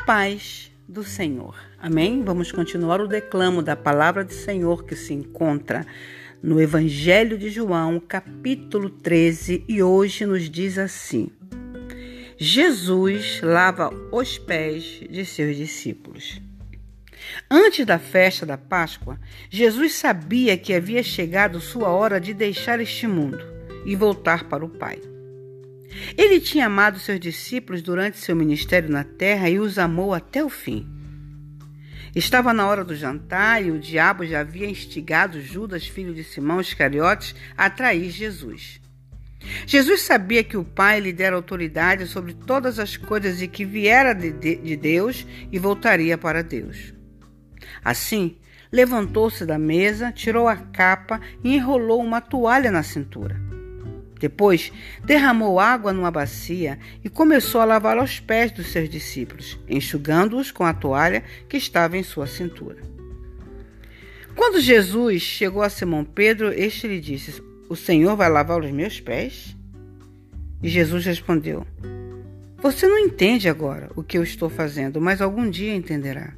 paz do Senhor. Amém? Vamos continuar o declamo da palavra do Senhor que se encontra no Evangelho de João, capítulo 13, e hoje nos diz assim: Jesus lava os pés de seus discípulos. Antes da festa da Páscoa, Jesus sabia que havia chegado sua hora de deixar este mundo e voltar para o Pai. Ele tinha amado seus discípulos durante seu ministério na terra e os amou até o fim. Estava na hora do jantar e o diabo já havia instigado Judas, filho de Simão Iscariotes, a trair Jesus. Jesus sabia que o Pai lhe dera autoridade sobre todas as coisas e que viera de Deus e voltaria para Deus. Assim, levantou-se da mesa, tirou a capa e enrolou uma toalha na cintura. Depois, derramou água numa bacia e começou a lavar os pés dos seus discípulos, enxugando-os com a toalha que estava em sua cintura. Quando Jesus chegou a Simão Pedro, este lhe disse: "O Senhor vai lavar os meus pés?" E Jesus respondeu: "Você não entende agora o que eu estou fazendo, mas algum dia entenderá."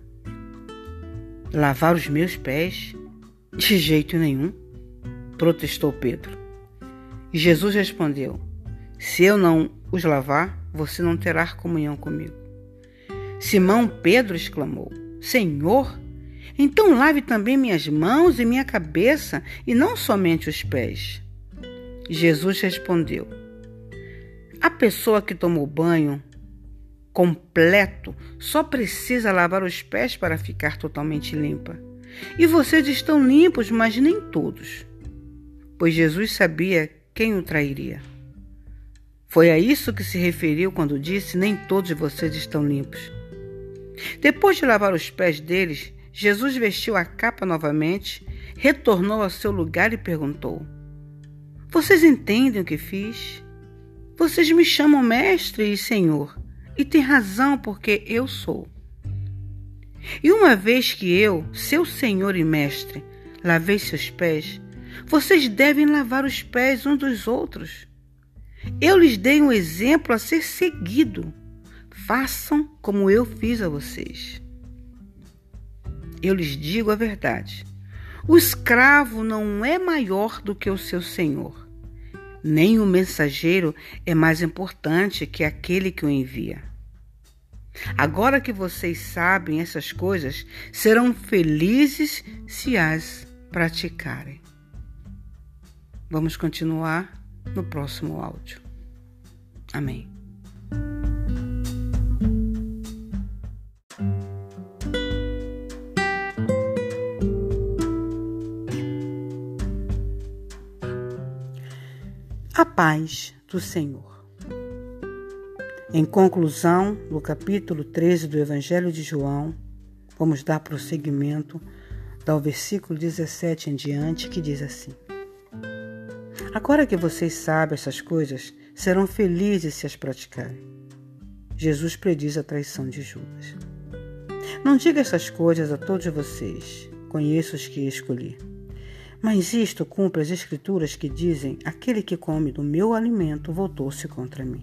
"Lavar os meus pés? De jeito nenhum," protestou Pedro. E Jesus respondeu: "Se eu não os lavar, você não terá comunhão comigo." Simão Pedro exclamou: "Senhor, então lave também minhas mãos e minha cabeça, e não somente os pés." Jesus respondeu: "A pessoa que tomou banho completo só precisa lavar os pés para ficar totalmente limpa. E vocês estão limpos, mas nem todos." Pois Jesus sabia quem o trairia. Foi a isso que se referiu quando disse: "Nem todos vocês estão limpos." Depois de lavar os pés deles, Jesus vestiu a capa novamente, retornou ao seu lugar e perguntou: "Vocês entendem o que fiz? Vocês me chamam mestre e senhor, e têm razão, porque eu sou. E uma vez que eu, seu senhor e mestre, lavei seus pés, vocês devem lavar os pés uns dos outros. Eu lhes dei um exemplo a ser seguido. Façam como eu fiz a vocês. Eu lhes digo a verdade. O escravo não é maior do que o seu senhor, nem o mensageiro é mais importante que aquele que o envia. Agora que vocês sabem essas coisas, serão felizes se as praticarem." Vamos continuar no próximo áudio. Amém. A paz do Senhor. Em conclusão, no capítulo 13 do Evangelho de João, vamos dar prosseguimento do versículo 17 em diante, que diz assim: "Agora que vocês sabem essas coisas, serão felizes se as praticarem." Jesus prediz a traição de Judas. "Não diga essas coisas a todos vocês, conheço os que escolhi. Mas isto cumpre as escrituras que dizem: aquele que come do meu alimento voltou-se contra mim.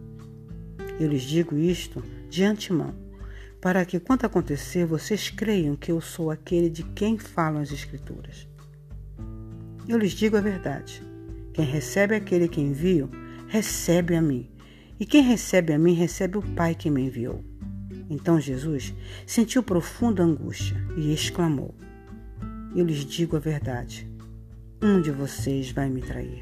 Eu lhes digo isto de antemão, para que, quando acontecer, vocês creiam que eu sou aquele de quem falam as escrituras. Eu lhes digo a verdade. Quem recebe aquele que envio, recebe a mim. E quem recebe a mim, recebe o Pai que me enviou." Então Jesus sentiu profunda angústia e exclamou: "Eu lhes digo a verdade. Um de vocês vai me trair."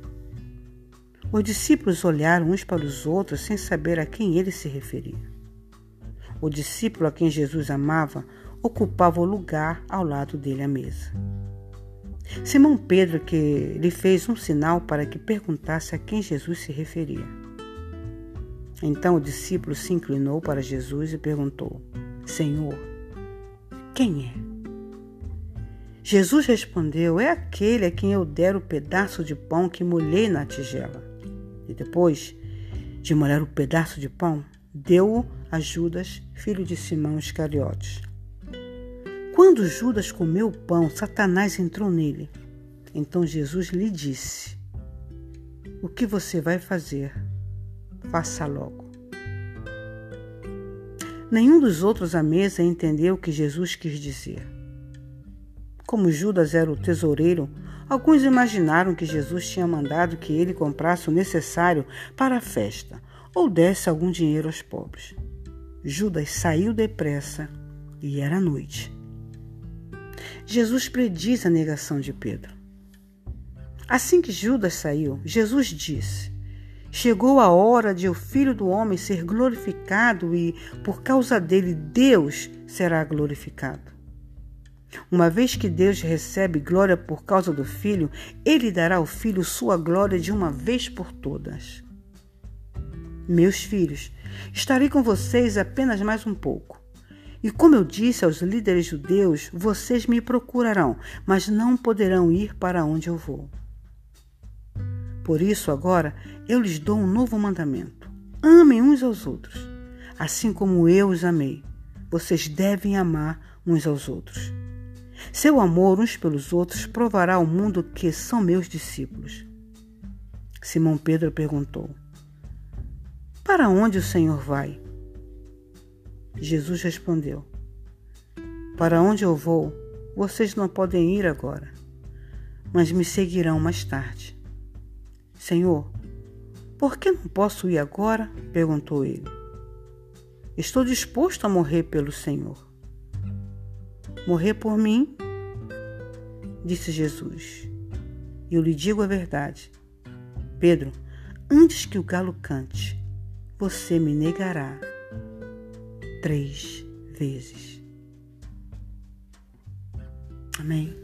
Os discípulos olharam uns para os outros sem saber a quem ele se referia. O discípulo a quem Jesus amava ocupava o lugar ao lado dele à mesa. Simão Pedro que lhe fez um sinal para que perguntasse a quem Jesus se referia. Então o discípulo se inclinou para Jesus e perguntou: "Senhor, quem é?" Jesus respondeu: "É aquele a quem eu der o pedaço de pão que molhei na tigela." E depois de molhar o pedaço de pão, deu-o a Judas, filho de Simão Iscariotes. Quando Judas comeu o pão, Satanás entrou nele. Então Jesus lhe disse: "O que você vai fazer? Faça logo." Nenhum dos outros à mesa entendeu o que Jesus quis dizer. Como Judas era o tesoureiro, alguns imaginaram que Jesus tinha mandado que ele comprasse o necessário para a festa ou desse algum dinheiro aos pobres. Judas saiu depressa e era noite. Jesus prediz a negação de Pedro. Assim que Judas saiu, Jesus disse: chegou a hora de o Filho do Homem ser glorificado e, por causa dele, Deus será glorificado. Uma vez que Deus recebe glória por causa do Filho, ele dará ao Filho sua glória de uma vez por todas. Meus filhos, estarei com vocês apenas mais um pouco. E como eu disse aos líderes judeus, vocês me procurarão, mas não poderão ir para onde eu vou. Por isso, agora, eu lhes dou um novo mandamento. Amem uns aos outros. Assim como eu os amei, vocês devem amar uns aos outros. Seu amor uns pelos outros provará ao mundo que são meus discípulos. Simão Pedro perguntou: para onde o Senhor vai? Jesus respondeu: para onde eu vou, vocês não podem ir agora, mas me seguirão mais tarde. Senhor, por que não posso ir agora? Perguntou ele. Estou disposto a morrer pelo Senhor. Morrer por mim? Disse Jesus. Eu lhe digo a verdade. Pedro, antes que o galo cante, você me negará 3 vezes. Amém.